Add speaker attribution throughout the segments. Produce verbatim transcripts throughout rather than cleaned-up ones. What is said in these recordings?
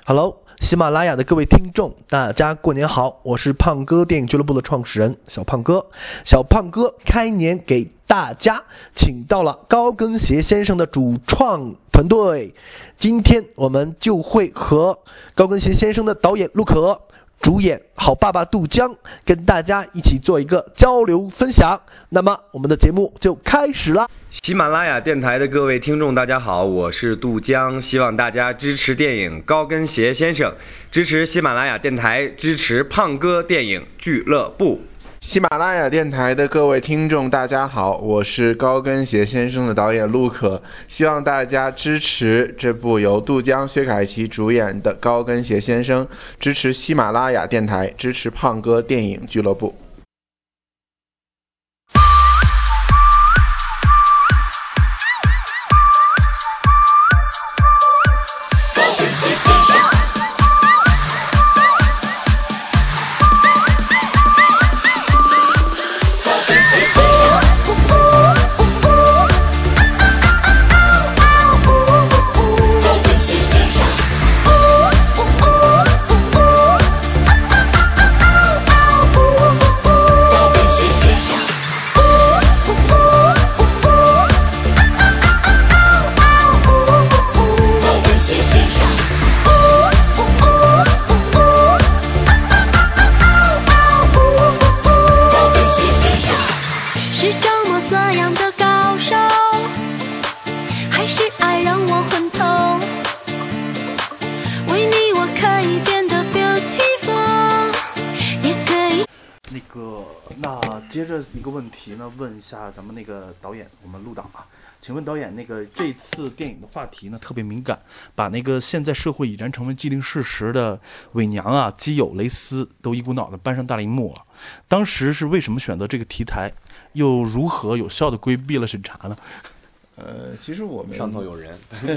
Speaker 1: Hello， 喜马拉雅的各位听众，大家过年好！我是胖哥电影俱乐部的创始人小胖哥。小胖哥开年给大家请到了高跟鞋先生的主创团队，今天我们就会和高跟鞋先生的导演陆可、主演好爸爸杜江跟大家一起做一个交流分享。那么我们的节目就开始了。
Speaker 2: 喜马拉雅电台的各位听众大家好，我是杜江，希望大家支持电影高跟鞋先生，支持喜马拉雅电台，支持胖哥电影俱乐部。
Speaker 3: 喜马拉雅电台的各位听众大家好，我是高跟鞋先生的导演陆可，希望大家支持这部由杜江、薛凯琪主演的高跟鞋先生，支持喜马拉雅电台，支持胖哥电影俱乐部。
Speaker 1: 接着一个问题呢，问一下咱们那个导演，我们陆导啊，请问导演，那个这次电影的话题呢特别敏感，把那个现在社会已然成为既定事实的伪娘啊、基友、蕾丝都一股脑的搬上大荧幕了。当时是为什么选择这个题材，又如何有效的规避了审查呢？
Speaker 3: 呃，其实我们
Speaker 2: 上头有人，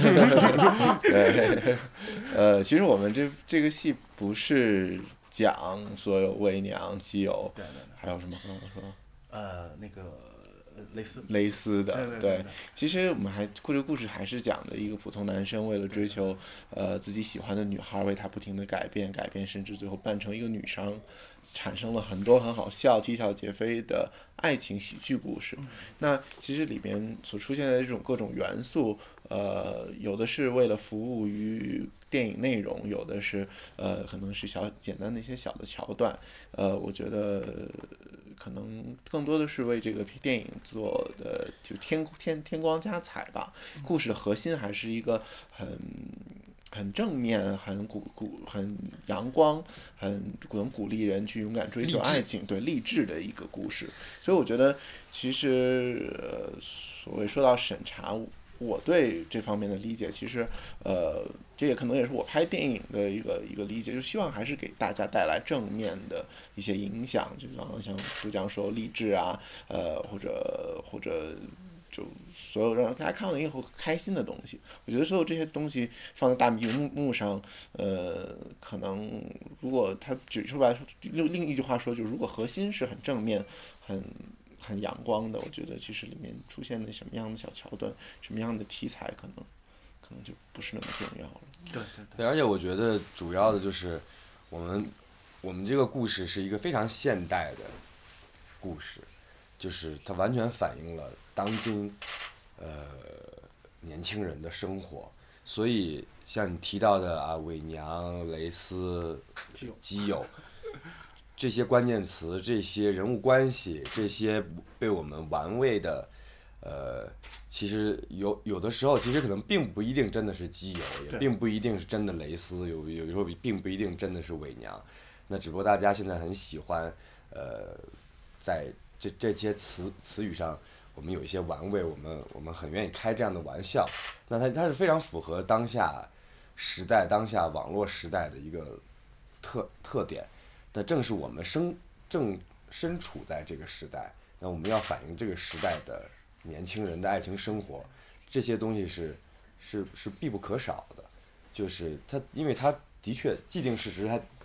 Speaker 3: 对，呃，其实我们这这个戏不是讲所有伪娘、基友，
Speaker 1: 对对对，
Speaker 3: 还有什么刚刚说？
Speaker 1: 呃，那个蕾丝，
Speaker 3: 蕾丝的，
Speaker 1: 对对对对。
Speaker 3: 其实我们还这个故事还是讲的一个普通男生为了追求呃自己喜欢的女孩，为她不停的改变，改变，甚至最后扮成一个女商，产生了很多很好笑、啼笑皆非的爱情喜剧故事。那其实里面所出现的这种各种元素，呃，有的是为了服务于电影内容，有的是呃可能是小简单的一些小的桥段，呃，我觉得可能更多的是为这个电影做的就添添添光加彩吧。故事的核心还是一个很很正面、很鼓鼓、很阳光、很能鼓励人去勇敢追求爱情，对励志的一个故事。所以我觉得，其实呃，所谓说到审查，我对这方面的理解，其实呃，这也可能也是我拍电影的一个一个理解，就希望还是给大家带来正面的一些影响，就刚刚像杜江说励志啊，呃，或者或者。就所有让大家看完以后开心的东西，我觉得所有这些东西放在大荧幕上，呃，可能如果它举出来，用另一句话说，就是如果核心是很正面、很很阳光的，我觉得其实里面出现的什么样的小桥段、什么样的题材，可能可能就不是那么重要了。
Speaker 1: 对对对，
Speaker 2: 对，而且我觉得主要的就是我们我们这个故事是一个非常现代的故事，就是它完全反映了当今呃年轻人的生活，所以像你提到的啊，伪娘、蕾丝、基友这些关键词，这些人物关系，这些被我们玩味的，呃，其实有有的时候其实可能并不一定真的是基友，也并不一定是真的蕾丝，有有时候并不一定真的是伪娘，那只不过大家现在很喜欢呃在这这些词词语上，我们有一些玩味，我们我们很愿意开这样的玩笑。那它它是非常符合当下时代、当下网络时代的一个特特点。那正是我们生正身处在这个时代，那我们要反映这个时代的年轻人的爱情生活，这些东西是是是必不可少的。就是它，因为它的确既定事实，它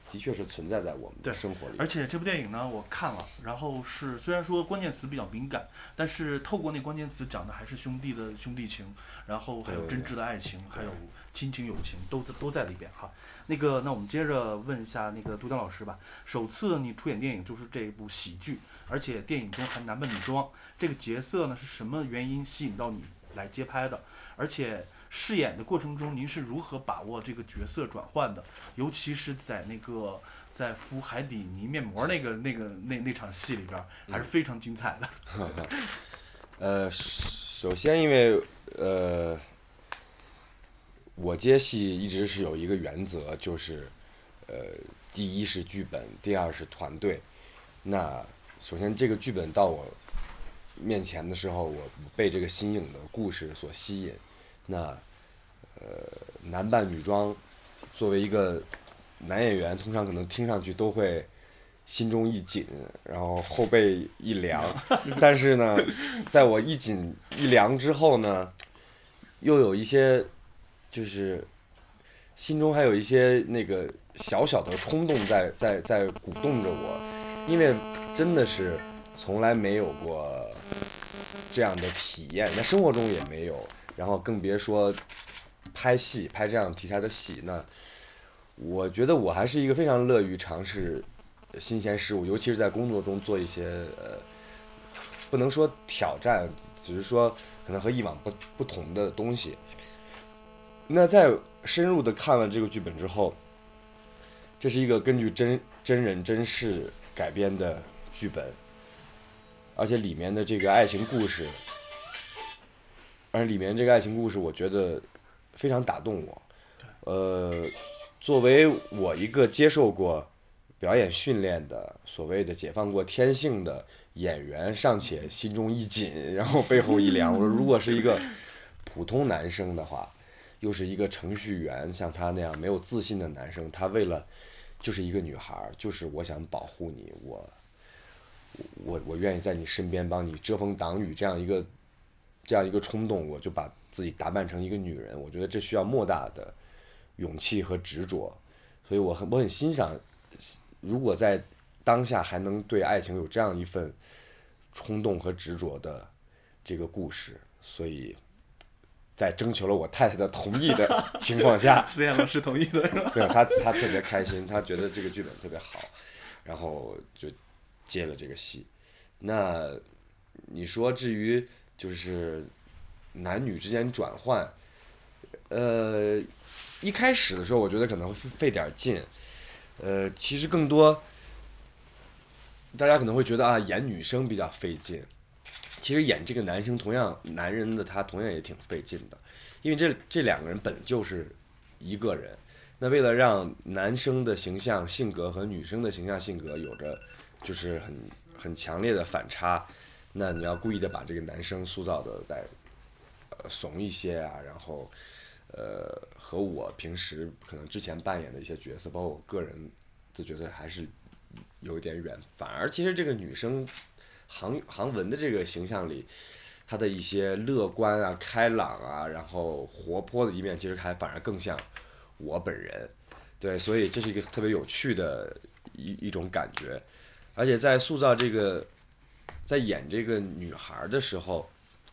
Speaker 2: 的确是存在在我们的生活里。
Speaker 4: 而且这部电影呢，我看了，然后是虽然说关键词比较敏感，但是透过那关键词讲的还是兄弟的兄弟情，然后还有真挚的爱情，还有亲情友情都都在里边哈。那个，那我们接着问一下那个杜江老师吧。首次你出演电影就是这部喜剧，而且电影中还男扮女装，这个角色呢是什么原因吸引到你来接拍的？而且饰演的过程中，您是如何把握这个角色转换的？尤其是在那个在敷海底泥面膜那个那个那那场戏里边，还是非常精彩的。
Speaker 2: 呃，首先因为呃。我接戏一直是有一个原则，就是，呃，第一是剧本，第二是团队。那首先这个剧本到我面前的时候，我被这个新颖的故事所吸引。那，呃，男扮女装，作为一个男演员，通常可能听上去都会心中一紧，然后后背一凉。但是呢，在我一紧一凉之后呢，又有一些。就是心中还有一些那个小小的冲动在在在鼓动着我，因为真的是从来没有过这样的体验，在生活中也没有，然后更别说拍戏拍这样题材的戏。那我觉得我还是一个非常乐于尝试新鲜事物，尤其是在工作中做一些呃，不能说挑战，只是说可能和以往不不同的东西。那在深入的看了这个剧本之后，这是一个根据真真人真事改编的剧本，而且里面的这个爱情故事，而里面这个爱情故事，我觉得非常打动我。呃，作为我一个接受过表演训练的所谓的解放过天性的演员，尚且心中一紧，然后背后一凉。我说，如果是一个普通男生的话。又是一个程序员，像他那样没有自信的男生，他为了就是一个女孩，就是我想保护你，我我我愿意在你身边帮你遮风挡雨，这样一个这样一个冲动，我就把自己打扮成一个女人。我觉得这需要莫大的勇气和执着，所以我很我很欣赏，如果在当下还能对爱情有这样一份冲动和执着的这个故事，所以。在征求了我太太的同意的情况下，
Speaker 4: 思燕老师同意了是吧？
Speaker 2: 对，他他特别开心，他觉得这个剧本特别好，然后就接了这个戏。那你说至于就是男女之间转换，呃，一开始的时候我觉得可能会费点劲，呃，其实更多大家可能会觉得啊，演女生比较费劲。其实演这个男生同样男人的他同样也挺费劲的，因为这这两个人本就是一个人，那为了让男生的形象性格和女生的形象性格有着就是很很强烈的反差，那你要故意的把这个男生塑造的再呃怂一些啊，然后呃和我平时可能之前扮演的一些角色，包括我个人的角色还是有一点远，反而其实这个女生。杭杭文的这个形象里，他的一些乐观啊、开朗啊，然后活泼的一面，其实还反而更像我本人。对，所以这是一个特别有趣的一一种感觉。而且在塑造这个，在演这个女孩的时候，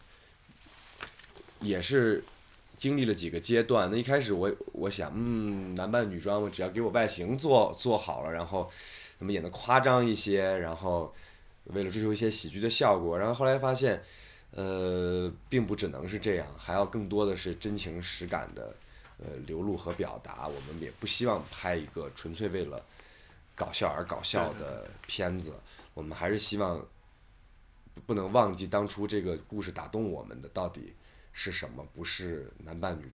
Speaker 2: 也是经历了几个阶段。那一开始我我想，嗯，男扮女装，我只要给我外形做做好了，然后怎么演得夸张一些，然后。为了追求一些喜剧的效果，然后后来发现，呃，并不只能是这样，还要更多的是真情实感的，呃，流露和表达。我们也不希望拍一个纯粹为了搞笑而搞笑的片子，我们还是希望不能忘记当初这个故事打动我们的到底是什么，不是男扮女。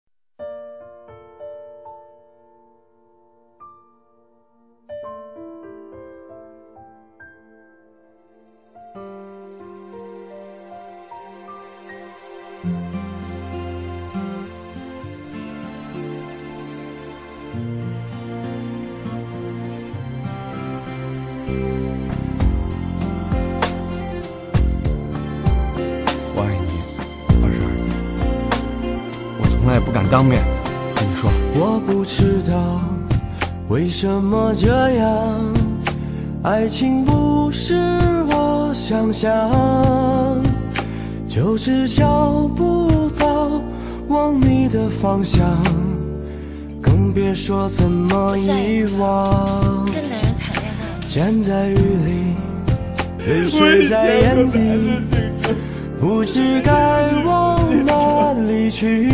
Speaker 5: 不敢当面和你说。
Speaker 6: 我不知道
Speaker 5: 为什么这样？爱情不是我想象，就是找不到往你的方向，更别说怎么遗忘。
Speaker 6: 跟男人谈恋爱，
Speaker 5: 站在雨里，泪水在眼底，不知该往哪里去，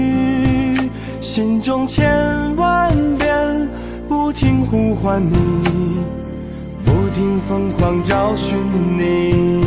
Speaker 5: 心中千万遍不停呼唤你，不停疯狂找寻你。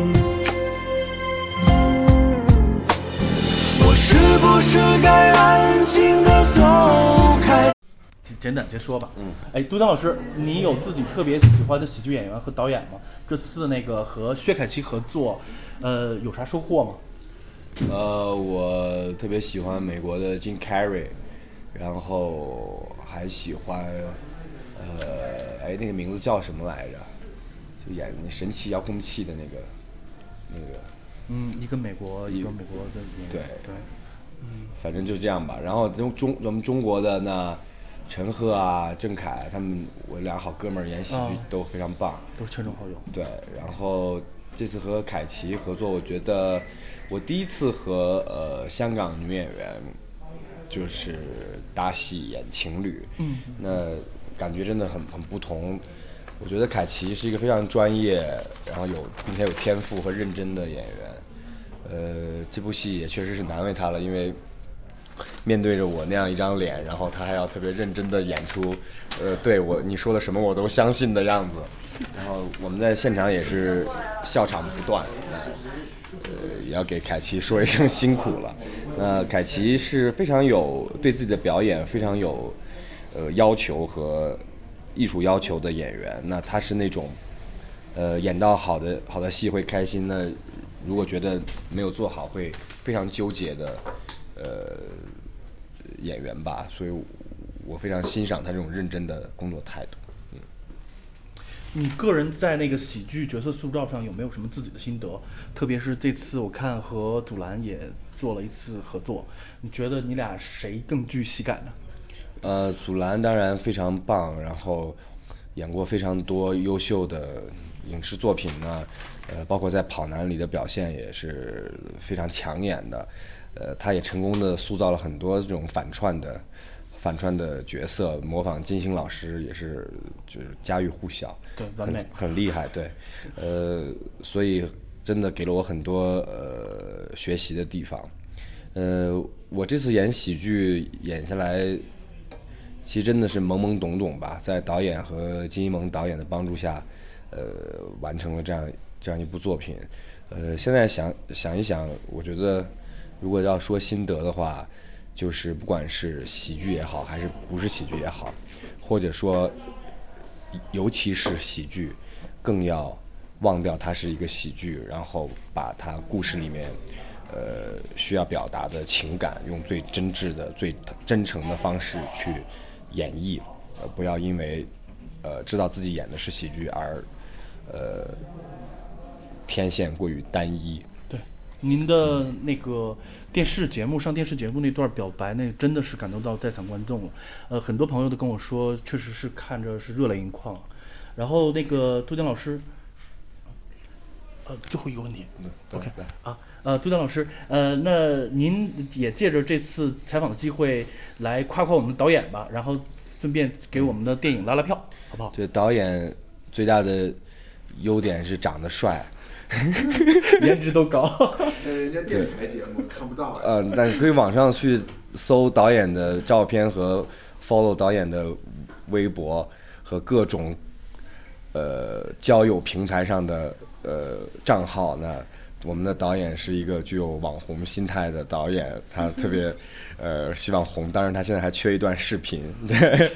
Speaker 5: 我是不是该安静地走开？
Speaker 4: 简短结说吧。嗯，哎，杜江老师，你有自己特别喜欢的喜剧演员和导演吗？这次那个和薛凯琪合作，呃，有啥收获吗？
Speaker 2: 呃，我特别喜欢美国的 Jim Carrey， 然后还喜欢，呃，哎，那个名字叫什么来着？就演那神奇遥控器的那个，那个。
Speaker 4: 嗯，一个美国，一个美国的演员。
Speaker 2: 对
Speaker 4: 对，
Speaker 2: 嗯，反正就这样吧。然后中中我们中国的那。陈赫啊，郑恺他们，我俩好哥们儿演喜剧都非常棒，
Speaker 4: 都是圈中好友。
Speaker 2: 对，然后这次和凯琪合作，我觉得我第一次和呃香港女演员就是搭戏演情侣，嗯，那感觉真的很很不同。我觉得凯琪是一个非常专业，然后有并且有天赋和认真的演员，呃，这部戏也确实是难为她了，因为。面对着我那样一张脸，然后他还要特别认真的演出，呃，对我你说的什么我都相信的样子。然后我们在现场也是笑场不断，呃，也要给凯琪说一声辛苦了。那凯琪是非常有对自己的表演非常有呃要求和艺术要求的演员。那他是那种呃演到好的好的戏会开心，那如果觉得没有做好会非常纠结的。呃，演员吧，所以我非常欣赏他这种认真的工作态度。嗯，
Speaker 4: 你个人在那个喜剧角色塑造上有没有什么自己的心得？特别是这次我看和祖蓝也做了一次合作，你觉得你俩谁更具喜感呢？
Speaker 2: 呃，祖蓝当然非常棒，然后演过非常多优秀的影视作品呢，呃，包括在《跑男》里的表现也是非常抢眼的。呃，他也成功的塑造了很多这种反串的反串的角色，模仿金星老师也是就是家喻户晓，
Speaker 4: 对，完美，
Speaker 2: 很很厉害，对，呃，所以真的给了我很多呃学习的地方。呃，我这次演喜剧演下来，其实真的是懵懵懂懂吧，在导演和金一萌导演的帮助下，呃，完成了这样这样一部作品。呃，现在想想一想，我觉得。如果要说心得的话，就是不管是喜剧也好，还是不是喜剧也好，或者说，尤其是喜剧，更要忘掉它是一个喜剧，然后把它故事里面，呃，需要表达的情感，用最真挚的、最真诚的方式去演绎，呃，不要因为，呃，知道自己演的是喜剧而，呃，天线过于单一。
Speaker 4: 您的那个电视节目上电视节目那段表白，那真的是感动到在场观众了。呃，很多朋友都跟我说，确实是看着是热泪盈眶。然后那个杜江老师，呃，最后一个问题、嗯、，OK 啊，呃，杜江老师，呃，那您也借着这次采访的机会来夸夸我们的导演吧，然后顺便给我们的电影拉拉票，好不好？
Speaker 2: 对，导演最大的优点是长得帅。
Speaker 4: 颜值都高，
Speaker 3: 呃，人家电台节目看不到。
Speaker 2: 呃，但可以网上去搜导演的照片和 follow 导演的微博和各种呃交友平台上的呃账号。那我们的导演是一个具有网红心态的导演，他特别呃希望红，当然他现在还缺一段视频，对，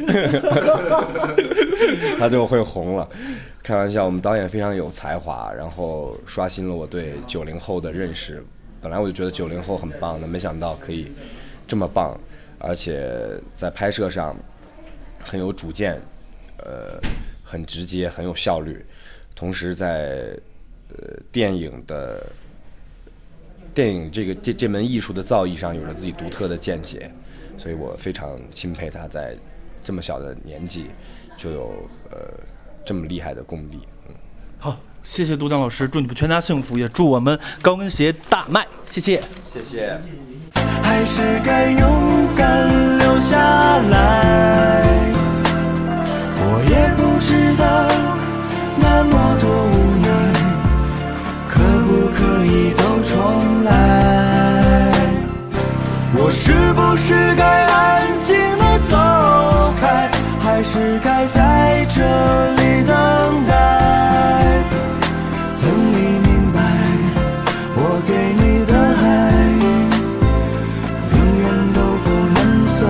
Speaker 2: 他就会红了。开玩笑，我们导演非常有才华，然后刷新了我对九零后的认识。本来我就觉得九零后很棒的，没想到可以这么棒，而且在拍摄上很有主见，呃，很直接，很有效率。同时在呃电影的电影这个这这门艺术的造诣上有着自己独特的见解，所以我非常钦佩他在这么小的年纪就有呃这么厉害的功力。嗯，
Speaker 4: 好，谢谢都江老师，祝你们全家幸福，也祝我们高跟鞋大卖，谢谢，
Speaker 2: 谢谢。
Speaker 5: 还是该勇敢留下来。我也不知道那么多无奈，可不可以都重来？我是不是该安静地走开，还是该在这里等待？等你明白，我给你的爱永远都不能走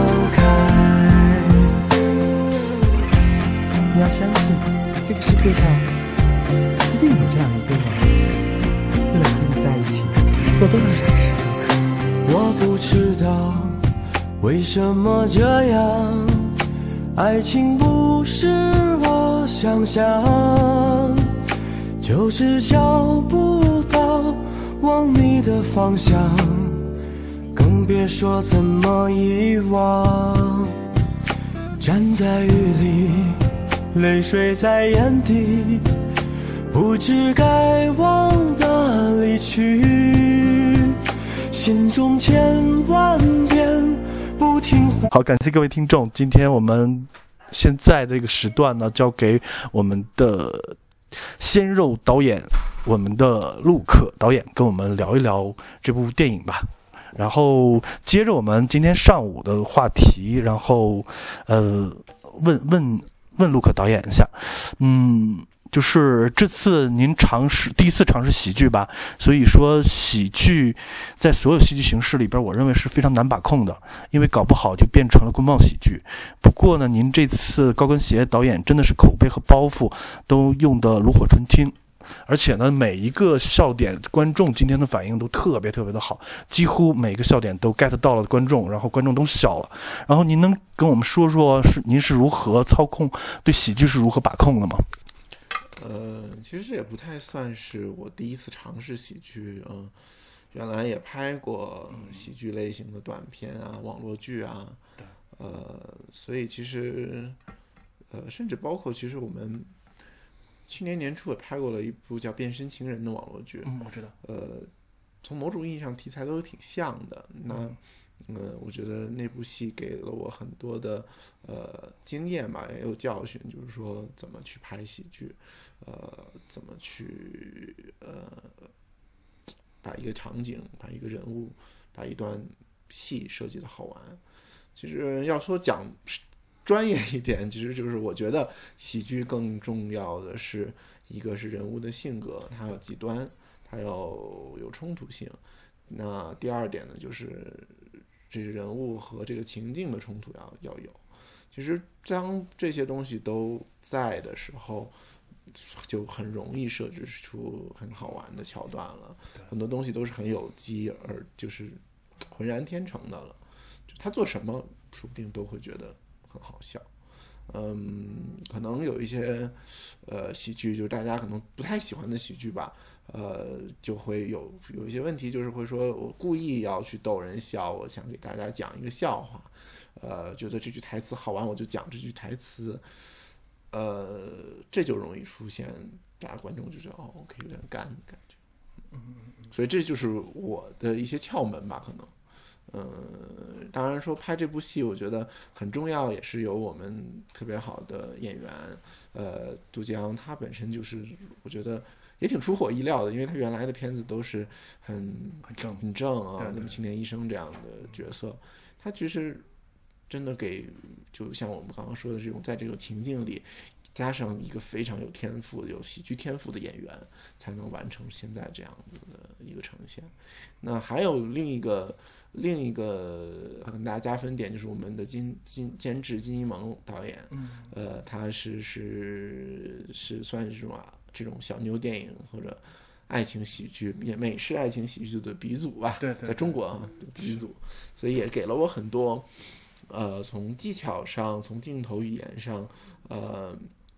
Speaker 5: 开。
Speaker 6: 你要相信，这个世界上一定有这样一个人，为了和你在一起，做多少傻事都可以。
Speaker 5: 我不知道为什么这样，爱情不是我想象，就是找不到往你的方向，更别说怎么遗忘。站在雨里，泪水在眼底，不知该往哪里去，心中千万遍不停。
Speaker 1: 好，感谢各位听众，今天我们现在这个时段呢，交给我们的鲜肉导演，我们的陆可导演，跟我们聊一聊这部电影吧。然后接着我们今天上午的话题，然后呃问问问陆可导演一下，嗯，就是这次您尝试第一次尝试喜剧吧，所以说喜剧在所有戏剧形式里边，我认为是非常难把控的，因为搞不好就变成了公报喜剧。不过呢，您这次高跟鞋导演真的是口碑和包袱都用得炉火纯青。而且呢，每一个笑点，观众今天的反应都特别特别的好，几乎每个笑点都 get 到了观众，然后观众都笑了。然后您能跟我们说说，是您是如何操控，对喜剧是如何把控的吗？
Speaker 3: 呃，其实这也不太算是我第一次尝试喜剧，嗯、呃，原来也拍过喜剧类型的短片啊、网络剧啊，呃，所以其实，呃，甚至包括其实我们。去年年初也拍过了一部叫《变身情人》的网络剧，
Speaker 4: 嗯，我知道。
Speaker 3: 呃，从某种意义上题材都挺像的。那，呃，我觉得那部戏给了我很多的呃经验吧，也有教训，就是说怎么去拍喜剧，呃，怎么去呃把一个场景、把一个人物、把一段戏设计的好玩。其实要说讲。专业一点，其实就是我觉得喜剧更重要的是一个是人物的性格，它有极端，它要有冲突性。那第二点呢，就是这人物和这个情境的冲突要要有。其实当这些东西都在的时候，就很容易设置出很好玩的桥段了。很多东西都是很有机而就是浑然天成的了。就他做什么，说不定都会觉得。很好笑，嗯，可能有一些呃喜剧，就大家可能不太喜欢的喜剧吧，呃，就会有有一些问题，就是会说我故意要去逗人笑，我想给大家讲一个笑话，呃，觉得这句台词好玩，我就讲这句台词，呃，这就容易出现大家观众就觉得哦 ，OK 有点干的感觉，嗯，所以这就是我的一些窍门吧，可能。嗯，当然说拍这部戏，我觉得很重要，也是有我们特别好的演员，呃，杜江他本身就是，我觉得也挺出乎我意料的，因为他原来的片子都是很
Speaker 4: 很正
Speaker 3: 很正啊，
Speaker 4: 对对
Speaker 3: 那么青年医生这样的角色，他其实真的给，就像我们刚刚说的这种，在这个情境里。加上一个非常有天赋、有喜剧天赋的演员，才能完成现在这样子的一个呈现。那还有另一个另一个跟大家加分点，就是我们的金金监制金一萌导演，
Speaker 4: 嗯，
Speaker 3: 呃，他是是是算是这种这种小妞电影或者爱情喜剧、美式爱情喜剧的鼻祖吧，
Speaker 4: 对对对，
Speaker 3: 在中国啊鼻祖，所以也给了我很多，呃，从技巧上、从镜头语言上，呃。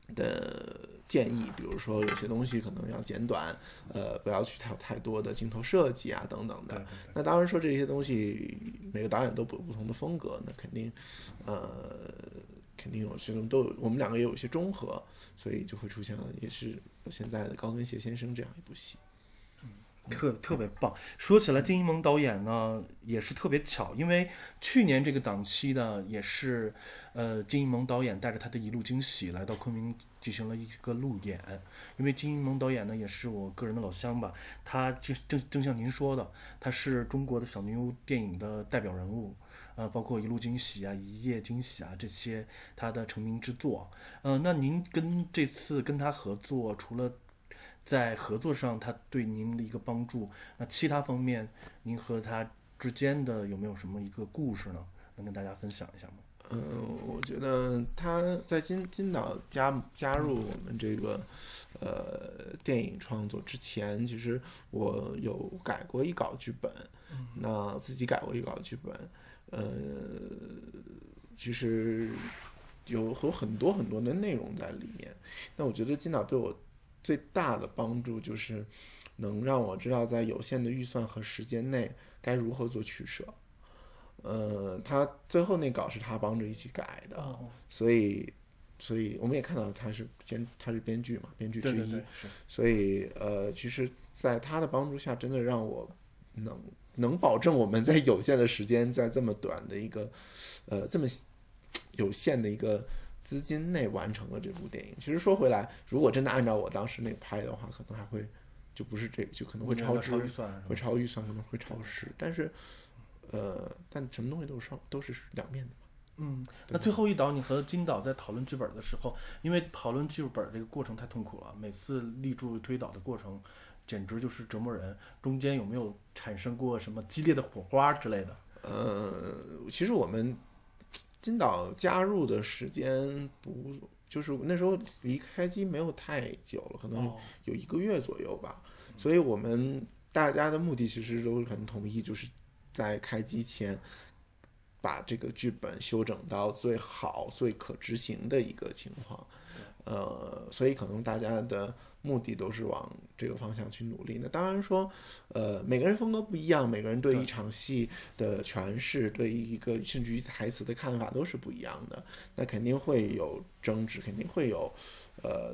Speaker 3: 的建议，比如说有些东西可能要简短，呃，不要去太有太多的镜头设计啊等等的。
Speaker 4: 对对对
Speaker 3: 那当然说这些东西每个导演都有不同的风格，那肯定呃肯定有这种都有，我们两个也有一些中和，所以就会出现了也是现在的高跟鞋先生这样一部戏。
Speaker 4: 特特别棒。说起来，金一萌导演呢也是特别巧，因为去年这个档期呢，也是呃金一萌导演带着他的一路惊喜来到昆明进行了一个路演。因为金一萌导演呢也是我个人的老乡吧，他就正正像您说的，他是中国的小女优电影的代表人物。呃，包括一路惊喜啊、一夜惊喜啊这些他的成名之作。呃，那您跟这次跟他合作，除了在合作上他对您的一个帮助，那其他方面您和他之间的有没有什么一个故事呢？能跟大家分享一下吗？
Speaker 3: 嗯，我觉得他在金金导加加入我们这个呃电影创作之前，其实我有改过一稿剧本，那自己改过一稿剧本，呃，其实有有很多很多的内容在里面。那我觉得金导对我最大的帮助就是能让我知道在有限的预算和时间内该如何做取舍。呃，他最后那稿是他帮着一起改的，
Speaker 4: 哦、
Speaker 3: 所以，所以我们也看到他是编，他是编剧嘛，编剧之一，
Speaker 4: 对对对是
Speaker 3: 所以呃，其实，在他的帮助下，真的让我能能保证我们在有限的时间，在这么短的一个呃这么有限的一个资金内完成了这部电影。其实说回来，如果真的按照我当时那个拍的话，可能还会就不是这个，就可能会超支，
Speaker 4: 超预算，
Speaker 3: 会超预算，可能会超时，但是。呃，但什么东西都是双，都是两面的嘛。
Speaker 4: 嗯，那最后一导，你和金导在讨论剧本的时候，因为讨论剧本这个过程太痛苦了，每次立柱推导的过程，简直就是折磨人。中间有没有产生过什么激烈的火花之类的？
Speaker 3: 呃，其实我们金导加入的时间不，就是那时候离开机没有太久了，可能有一个月左右吧。哦、所以我们大家的目的其实都很统一，就是在开机前把这个剧本修整到最好、最可执行的一个情况。呃，所以可能大家的目的都是往这个方向去努力。那当然说，呃，每个人风格不一样，每个人对一场戏的诠释，对一个甚至于台词的看法都是不一样的。那肯定会有争执，肯定会有，呃，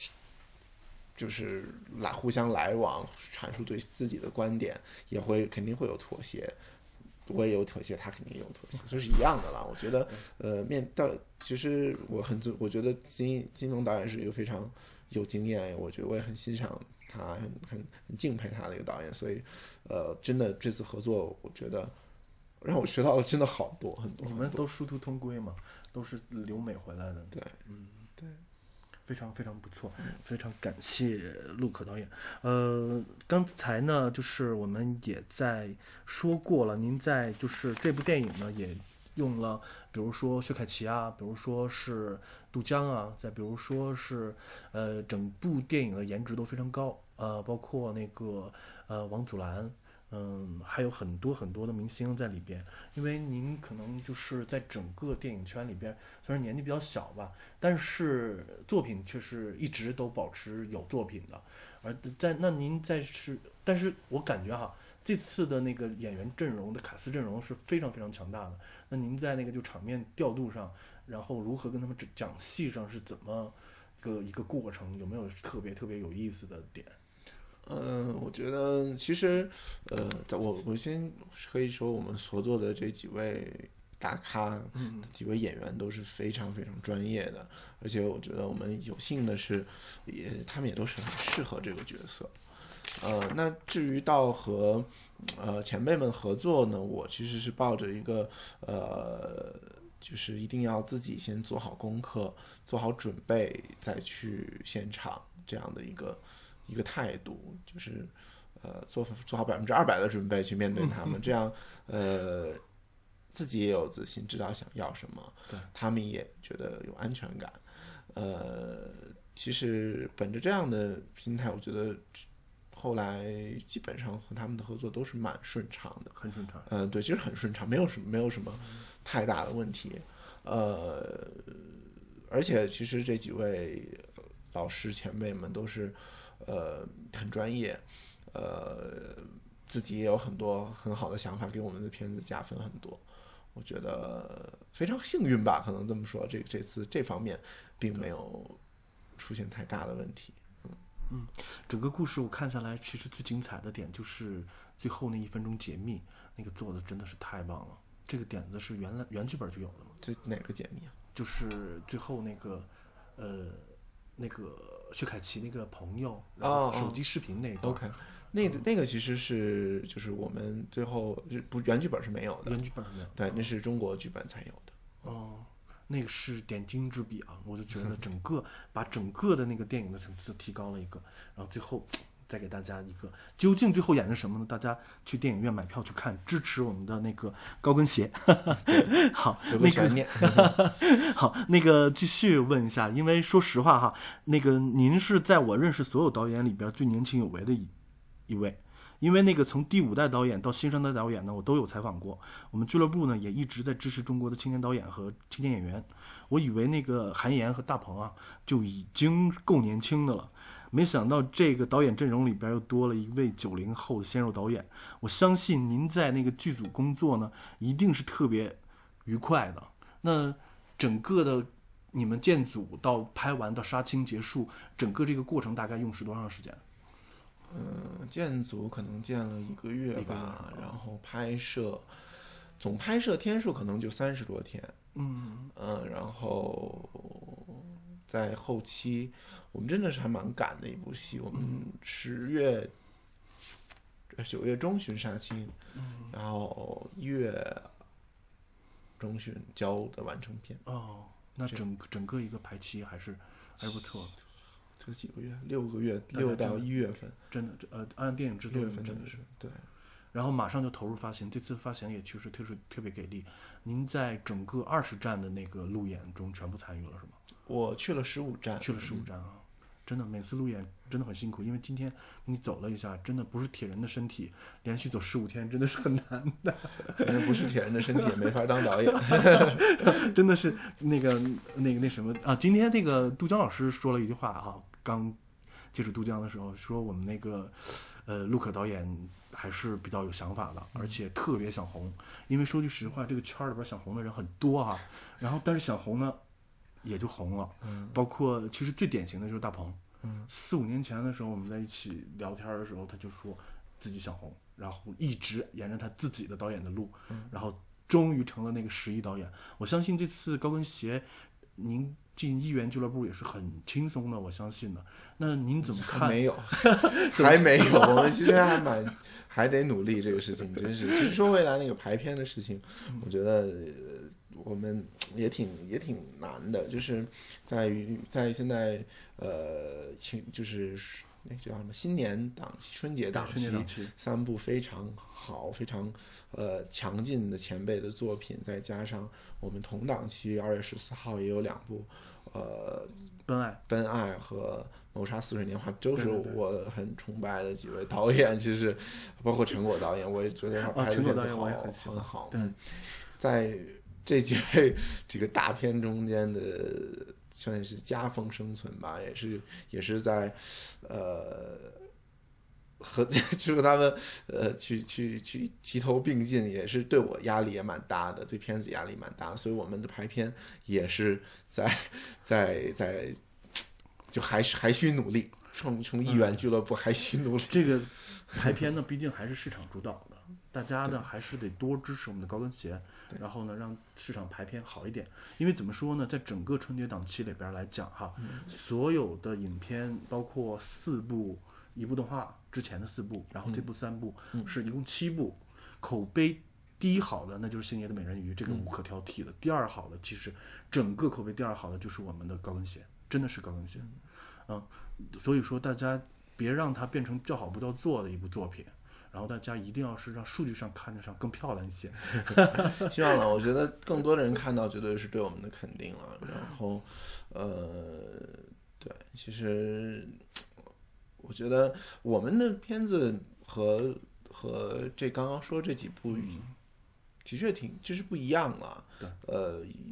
Speaker 3: 就是来互相来往，阐述对自己的观点，也会肯定会有妥协。我也有妥协，他肯定也有妥协，这是一样的啦。我觉得，呃，面到其实我很，我觉得金金龙导演是一个非常有经验，我觉得我也很欣赏他，很很很敬佩他的一个导演。所以，呃，真的这次合作，我觉得让我学到了真的好多很多。
Speaker 4: 你们都殊途同归嘛，都是留美回来的。
Speaker 3: 对，
Speaker 4: 嗯，
Speaker 3: 对。
Speaker 4: 非常非常不错，非常感谢陆可导演。呃，刚才呢，就是我们也在说过了，您在就是这部电影呢，也用了，比如说薛凯琪啊，比如说是杜江啊，再比如说是呃，整部电影的颜值都非常高，呃，包括那个呃王祖蓝。嗯，还有很多很多的明星在里边，因为您可能就是在整个电影圈里边，虽然年纪比较小吧，但是作品却是一直都保持有作品的。而在那您在是，但是我感觉哈，这次的那个演员阵容的卡斯阵容是非常非常强大的。那您在那个就场面调度上，然后如何跟他们讲戏上是怎么个一个过程，有没有特别特别有意思的点？
Speaker 3: 嗯、呃，我觉得其实，呃，我我先可以说，我们合作的这几位大咖，
Speaker 4: 嗯，
Speaker 3: 几位演员都是非常非常专业的，而且我觉得我们有幸的是，也他们也都是很适合这个角色。呃，那至于到和呃前辈们合作呢，我其实是抱着一个呃，就是一定要自己先做好功课，做好准备，再去现场这样的一个。一个态度，就是呃做做好百分之二百的准备去面对他们，这样呃自己也有自信，知道想要什么，
Speaker 4: 对，
Speaker 3: 他们也觉得有安全感。呃，其实本着这样的心态，我觉得后来基本上和他们的合作都是蛮顺畅的，
Speaker 4: 很顺畅。
Speaker 3: 嗯、呃，对，其实很顺畅，没有什么没有什么太大的问题。呃。 而且其实这几位老师前辈们都是呃很专业，呃自己也有很多很好的想法，给我们的片子加分很多。我觉得非常幸运吧，可能这么说，这这次这方面并没有出现太大的问题。嗯
Speaker 4: 嗯，整个故事我看下来，其实最精彩的点就是最后那一分钟解密，那个做的真的是太棒了。这个点子是原来原剧本就有的吗？
Speaker 3: 这哪个解密啊？
Speaker 4: 就是最后那个，呃，那个薛凯琪那个朋友，然后手机视频那个。
Speaker 3: 哦哦 OK， 那个、嗯、那个其实是就是我们最后不原剧本是没有的，
Speaker 4: 原剧本是没有的，
Speaker 3: 对，那是中国剧本才有的。
Speaker 4: 哦，那个是点睛之笔啊！我就觉得整个把整个的那个电影的层次提高了一个，然后最后再给大家一个究竟最后演的什么呢？大家去电影院买票去看，支持我们的那个高跟鞋。好，那个好，那个继续问一下，因为说实话哈，那个您是在我认识所有导演里边最年轻有为的一一位。因为那个从第五代导演到新生代导演呢，我都有采访过。我们俱乐部呢也一直在支持中国的青年导演和青年演员。我以为那个韩延和大鹏啊就已经够年轻的了，没想到这个导演阵容里边又多了一位九零后的鲜肉导演。我相信您在那个剧组工作呢，一定是特别愉快的。那整个的你们建组到拍完到杀青结束，整个这个过程大概用时多长时间？
Speaker 3: 嗯，建组可能建了一个月吧，然后拍摄，总拍摄天数可能就三十多天。
Speaker 4: 嗯
Speaker 3: 嗯，然后在后期，我们真的是还蛮赶的一部戏。我们十月、九月中旬杀青，然后一月中旬交的完成片。
Speaker 4: 哦，那整个整个一个排期还是还是不错的。
Speaker 3: 这几个月，六个月，六到一月份，
Speaker 4: 真的，呃，按电影制作
Speaker 3: 月份
Speaker 4: 真的是
Speaker 3: 对。
Speaker 4: 然后马上就投入发行，这次发行也确实特别特别给力。您在整个二十站的那个路演中全部参与了是吗？
Speaker 3: 我去了十五站，
Speaker 4: 去了十五站啊，嗯、真的每次路演真的很辛苦，因为今天你走了一下，真的不是铁人的身体，连续走十五天真的是很难的。
Speaker 3: 反正不是铁人的身体也没法当导演，
Speaker 4: 真的是那个那个那什么啊！今天那个杜江老师说了一句话啊。刚接触杜江的时候说我们那个呃陆可导演还是比较有想法的，而且特别想红。因为说句实话，这个圈里边想红的人很多啊，然后但是想红呢也就红了。嗯，包括其实最典型的就是大鹏。嗯，四五年前的时候我们在一起聊天的时候，他就说自己想红，然后一直沿着他自己的导演的路，嗯、然后终于成了那个十一导演。我相信这次高跟鞋您进艺员俱乐部也是很轻松的，我相信的。那您怎么看？
Speaker 3: 没有，还没有。我们其实还蛮还得努力这个事情，真是。其实说回来，那个排片的事情，我觉得、呃、我们也挺也挺难的，就是在于在现在呃，就是那叫什么新年档期、春节档期，三部非常好、非常呃强劲的前辈的作品，再加上我们同档期二月十四号也有两部。呃，
Speaker 4: 奔爱、
Speaker 3: 奔爱和谋杀似水年华都是我很崇拜的几位导演，其实包括陈果导演，我也觉得他拍的片子好、哦、很, 很好。嗯，在这几位这个大片中间的算是夹缝生存吧，也是也是在呃。和就和他们呃去去去齐头并进，也是对我压力也蛮大的，对片子压力蛮大的，所以我们的排片也是在在在就还是还需努力，从从艺员俱乐部还需努力。
Speaker 4: 嗯、这个排片呢，毕竟还是市场主导的，大家呢还是得多支持我们的高跟鞋，然后呢让市场排片好一点。因为怎么说呢，在整个春节档期里边来讲哈，嗯、所有的影片包括四部。一部动画之前的四部，然后这部三部、嗯、是一共七部，口碑第一好的那就是星爷的美人鱼，这个无可挑剔的。嗯、第二好的其实整个口碑第二好的就是我们的高跟鞋，真的是高跟鞋。嗯，所以说大家别让它变成叫好不叫座的一部作品，然后大家一定要是让数据上看得上更漂亮一些。
Speaker 3: 希望了，我觉得更多的人看到绝对是对我们的肯定了。然后，呃，对，其实。我觉得我们的片子和和这刚刚说这几部，的确挺就是不一样了。呃，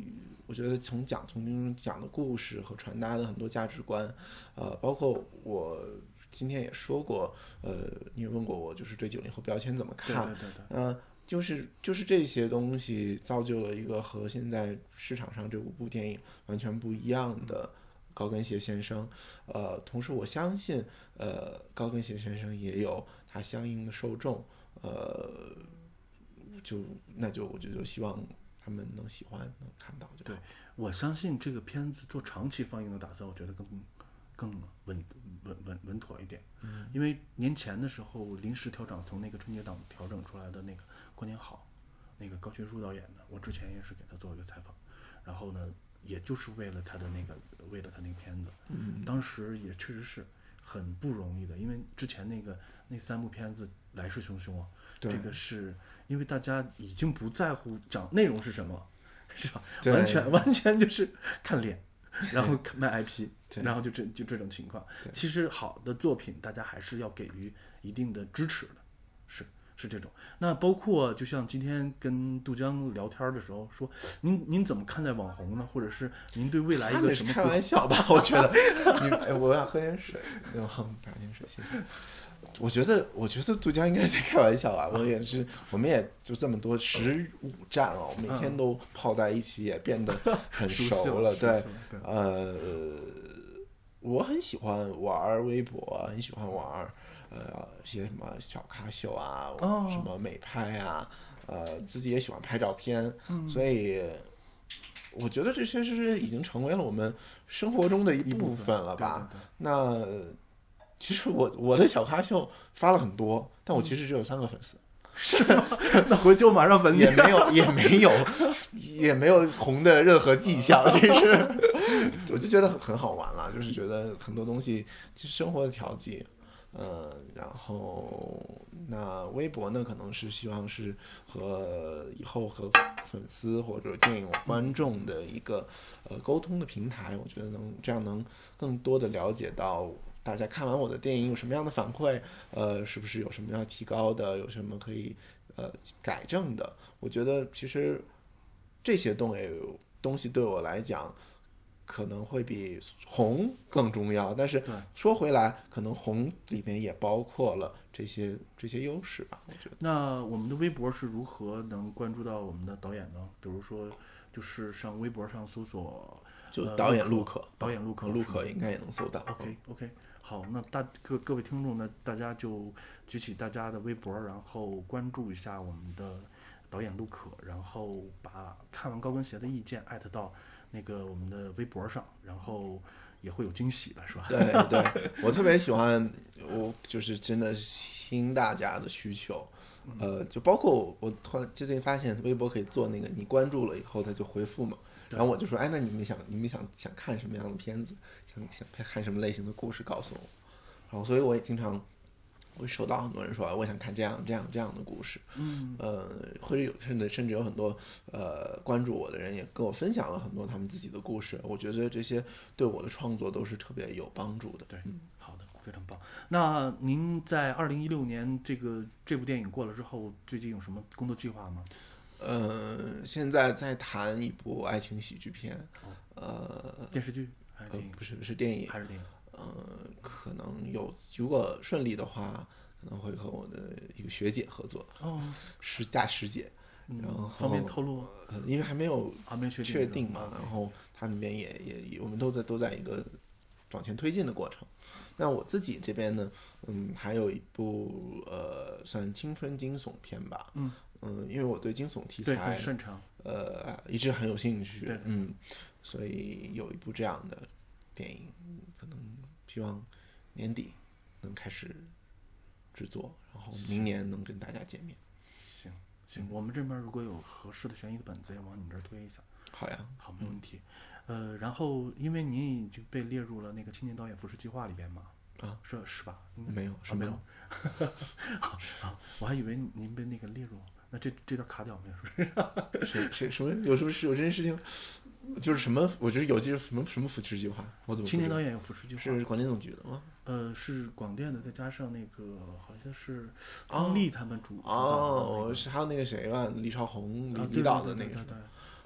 Speaker 3: 我觉得从讲从讲的故事和传达的很多价值观，呃，包括我今天也说过，呃，你也问过我，就是对九零后标签怎么看？
Speaker 4: 对对对，
Speaker 3: 嗯、呃，就是就是这些东西造就了一个和现在市场上这五部电影完全不一样的高跟鞋先生。呃，同时我相信，呃，高跟鞋先生也有他相应的受众，呃，就那就我就就希望他们能喜欢，能看到就好。
Speaker 4: 对，我相信这个片子做长期放映的打算，我觉得更更稳稳稳稳妥一点。嗯，因为年前的时候临时调整，从那个春节档调整出来的那个《过年好》，那个高群书导演的，我之前也是给他做一个采访，然后呢，也就是为了他的那个为了他那个片子，嗯，当时也确实是很不容易的，因为之前那个那三部片子来势汹汹啊。这个是因为大家已经不在乎讲内容是什么，是吧？完全完全就是看脸，然后卖 I P， 然后就这就这种情况。其实好的作品，大家还是要给予一定的支持的，是是这种。那包括就像今天跟杜江聊天的时候说，您您怎么看待网红呢？或者是您对未来一个什么？
Speaker 3: 开玩笑吧，我觉得。你哎，我要喝点水，然后打点水，谢谢。我觉得，我觉得杜江应该是在开玩笑啊！我也是，我们也就这么多十五站哦，每天都泡在一起，也变得很熟了。对，呃，我很喜欢玩微博，很喜欢玩呃一些什么小咖秀啊，什么美拍啊，呃，自己也喜欢拍照片，所以我觉得这些是已经成为了我们生活中的一部分了吧？那。其实我我的小咖秀发了很多，但我其实只有三个粉丝，
Speaker 4: 是吗？那回去我马上粉你。
Speaker 3: 也没有也没有也没有红的任何迹象。其实我就觉得很好玩了，就是觉得很多东西其实生活的调剂，呃，然后那微博呢，可能是希望是和以后和粉丝或者电影观众的一个呃沟通的平台，我觉得能这样能更多的了解到。大家看完我的电影有什么样的反馈？呃，是不是有什么要提高的？有什么可以呃改正的？我觉得其实这些东西东西对我来讲，可能会比红更重要。但是说回来，可能红里面也包括了这些这些优势吧。我觉得。
Speaker 4: 那我们的微博是如何能关注到我们的导演呢？比如说，就是上微博上搜索。
Speaker 3: 就导演陆可，
Speaker 4: 导演陆可，
Speaker 3: 陆可应该也能搜到。
Speaker 4: OK OK， 好，那大各各位听众呢，大家就举起大家的微博，然后关注一下我们的导演陆可，然后把看完高跟鞋的意见艾特到那个我们的微博上，然后也会有惊喜的，是吧？
Speaker 3: 对对，我特别喜欢，我就是真的听大家的需求。呃，就包括我后来最近发现微博可以做那个，你关注了以后他就回复嘛。然后我就说，哎，那你们想，你们想想看什么样的片子，想想看什么类型的故事，告诉我。然后，所以我也经常会收到很多人说，我想看这样、这样、这样的故事。嗯，呃，或者有甚至甚至有很多呃关注我的人也跟我分享了很多他们自己的故事。我觉得这些对我的创作都是特别有帮助的。
Speaker 4: 对，嗯，好的，非常棒。那您在二零一六年这个这部电影过了之后，最近有什么工作计划吗？
Speaker 3: 呃，现在在谈一部爱情喜剧片，呃，
Speaker 4: 电视剧还是电影？
Speaker 3: 呃、不是，是电影，
Speaker 4: 还是电影？
Speaker 3: 呃，可能有，如果顺利的话，可能会和我的一个学姐合作，
Speaker 4: 哦，
Speaker 3: 是大师姐，然后
Speaker 4: 方便透露？
Speaker 3: 呃，因为还没有
Speaker 4: 还没确定
Speaker 3: 确定嘛，然后他那边也也我们都在都在一个往前推进的过程。那我自己这边呢，嗯，还有一部呃，算青春惊悚片吧，
Speaker 4: 嗯。
Speaker 3: 嗯，因为我对惊悚题材
Speaker 4: 很擅长，
Speaker 3: 呃，一直很有兴趣，嗯，所以有一部这样的电影，可能希望年底能开始制作，然后明年能跟大家见面。
Speaker 4: 行行，我们这边如果有合适的悬疑的本子，也往你们这儿推一下。
Speaker 3: 好呀，
Speaker 4: 好，没问题。嗯、呃，然后因为您已经被列入了那个青年导演扶持计划里边嘛。
Speaker 3: 啊，
Speaker 4: 是是吧？
Speaker 3: 没有，是没有。
Speaker 4: 好啊，我还以为您被那个列入。那这这段卡掉没有？
Speaker 3: 是不是？谁谁什么有什么事有这件事情？就是什么？我觉得有这什么什么扶持计划？我怎么？
Speaker 4: 青年导演有扶持计划？
Speaker 3: 是广电总局的吗？
Speaker 4: 呃，是广电的，再加上那个好像是方丽他们主
Speaker 3: 哦，是还有那个谁吧，李少红李李导的那个。
Speaker 4: 对对对。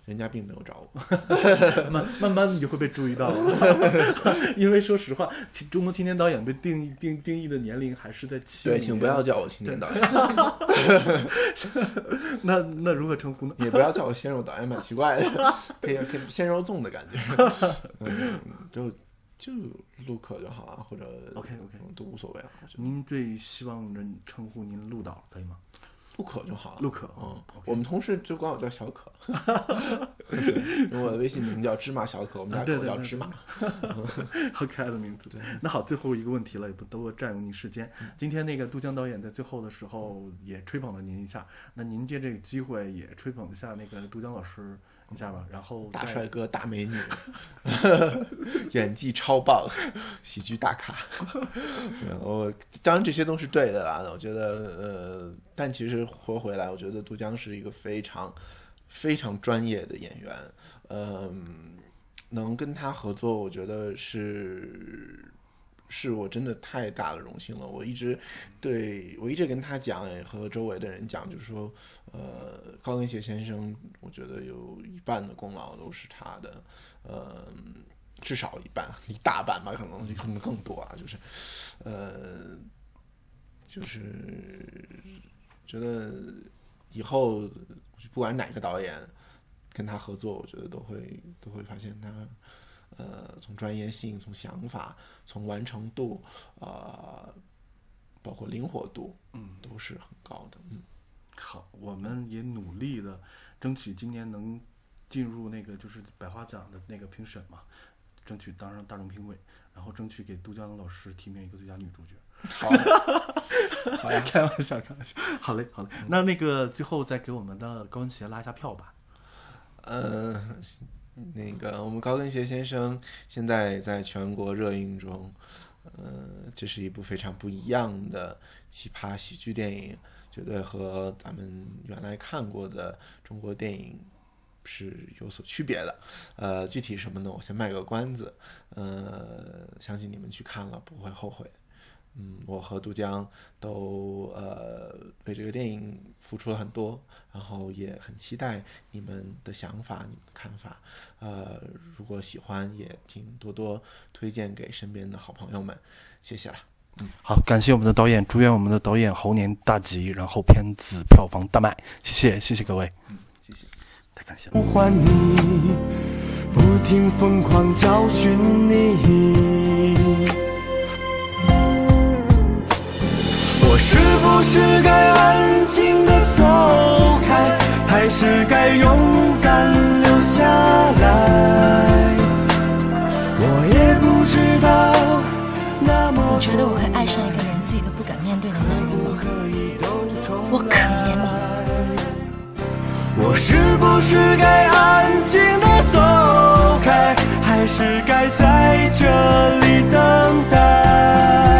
Speaker 3: 人家并没有找我。
Speaker 4: 慢慢慢你就会被注意到了，因为说实话，中国青年导演被定义定定义的年龄还是在七。
Speaker 3: 对，请不要叫我青年导演。
Speaker 4: 那那如何称呼呢？
Speaker 3: 也不要叫我鲜肉导演，蛮奇怪的，可以可以鲜肉粽的感觉。嗯，就就陆可就好啊，或者
Speaker 4: OK OK、
Speaker 3: 嗯、都无所谓啊。
Speaker 4: 您最希望人称呼您陆导可以吗？
Speaker 3: 陆可就好了。
Speaker 4: 陆可，
Speaker 3: 嗯，
Speaker 4: okay.
Speaker 3: 我们同事就管我叫小可。对，我的微信名叫芝麻小可，我们家狗叫芝麻。
Speaker 4: 好可爱的名字。那好，最后一个问题了，也不多占用您时间。今天那个杜江导演在最后的时候也吹捧了您一下，那您借这个机会也吹捧一下那个杜江老师一下吧。然后
Speaker 3: 大帅哥、大美女，演技超棒，喜剧大咖。我当然这些都是对的啦，我觉得呃，但其实说回来，我觉得杜江是一个非常非常专业的演员，嗯、呃，能跟他合作，我觉得是是我真的太大的荣幸了。我一直对我一直跟他讲，也和周围的人讲，就是说，呃，高跟鞋先生，我觉得有一半的功劳都是他的，呃，至少一半，一大半吧，可能可能更多啊，就是，呃，就是觉得以后不管哪个导演跟他合作，我觉得都会都会发现他。呃，从专业性、从想法、从完成度，呃，包括灵活度，嗯，都是很高的。嗯，
Speaker 4: 好，我们也努力的争取今年能进入那个就是百花奖的那个评审嘛，争取当上大众评委，然后争取给杜江老师提名一个最佳女主角。
Speaker 3: 好，好呀，
Speaker 4: 开玩笑，开玩笑。好嘞，好嘞。嗯、那那个最后再给我们的高跟鞋拉一下票吧。
Speaker 3: 呃。那个我们高跟鞋先生现在在全国热映中，呃，这是一部非常不一样的奇葩喜剧电影，绝对和咱们原来看过的中国电影是有所区别的。呃，具体什么呢？我先卖个关子，呃，相信你们去看了不会后悔。嗯，我和杜江都呃为这个电影付出了很多，然后也很期待你们的想法、你们的看法。呃，如果喜欢，也请多多推荐给身边的好朋友们，谢谢了。嗯，
Speaker 1: 好，感谢我们的导演，祝愿我们的导演猴年大吉，然后片子票房大卖，谢谢，谢谢各位。
Speaker 3: 嗯，谢谢，
Speaker 1: 太感谢了。
Speaker 5: 呼唤你，不停疯狂找寻你。我是不是该安静地走开，还是该勇敢留下来？我也不知道那么。
Speaker 7: 你觉得我会爱上一个连自己都不敢面对的男人吗？我可怜你。
Speaker 5: 我是不是该安静地走开，还是该在这里等待？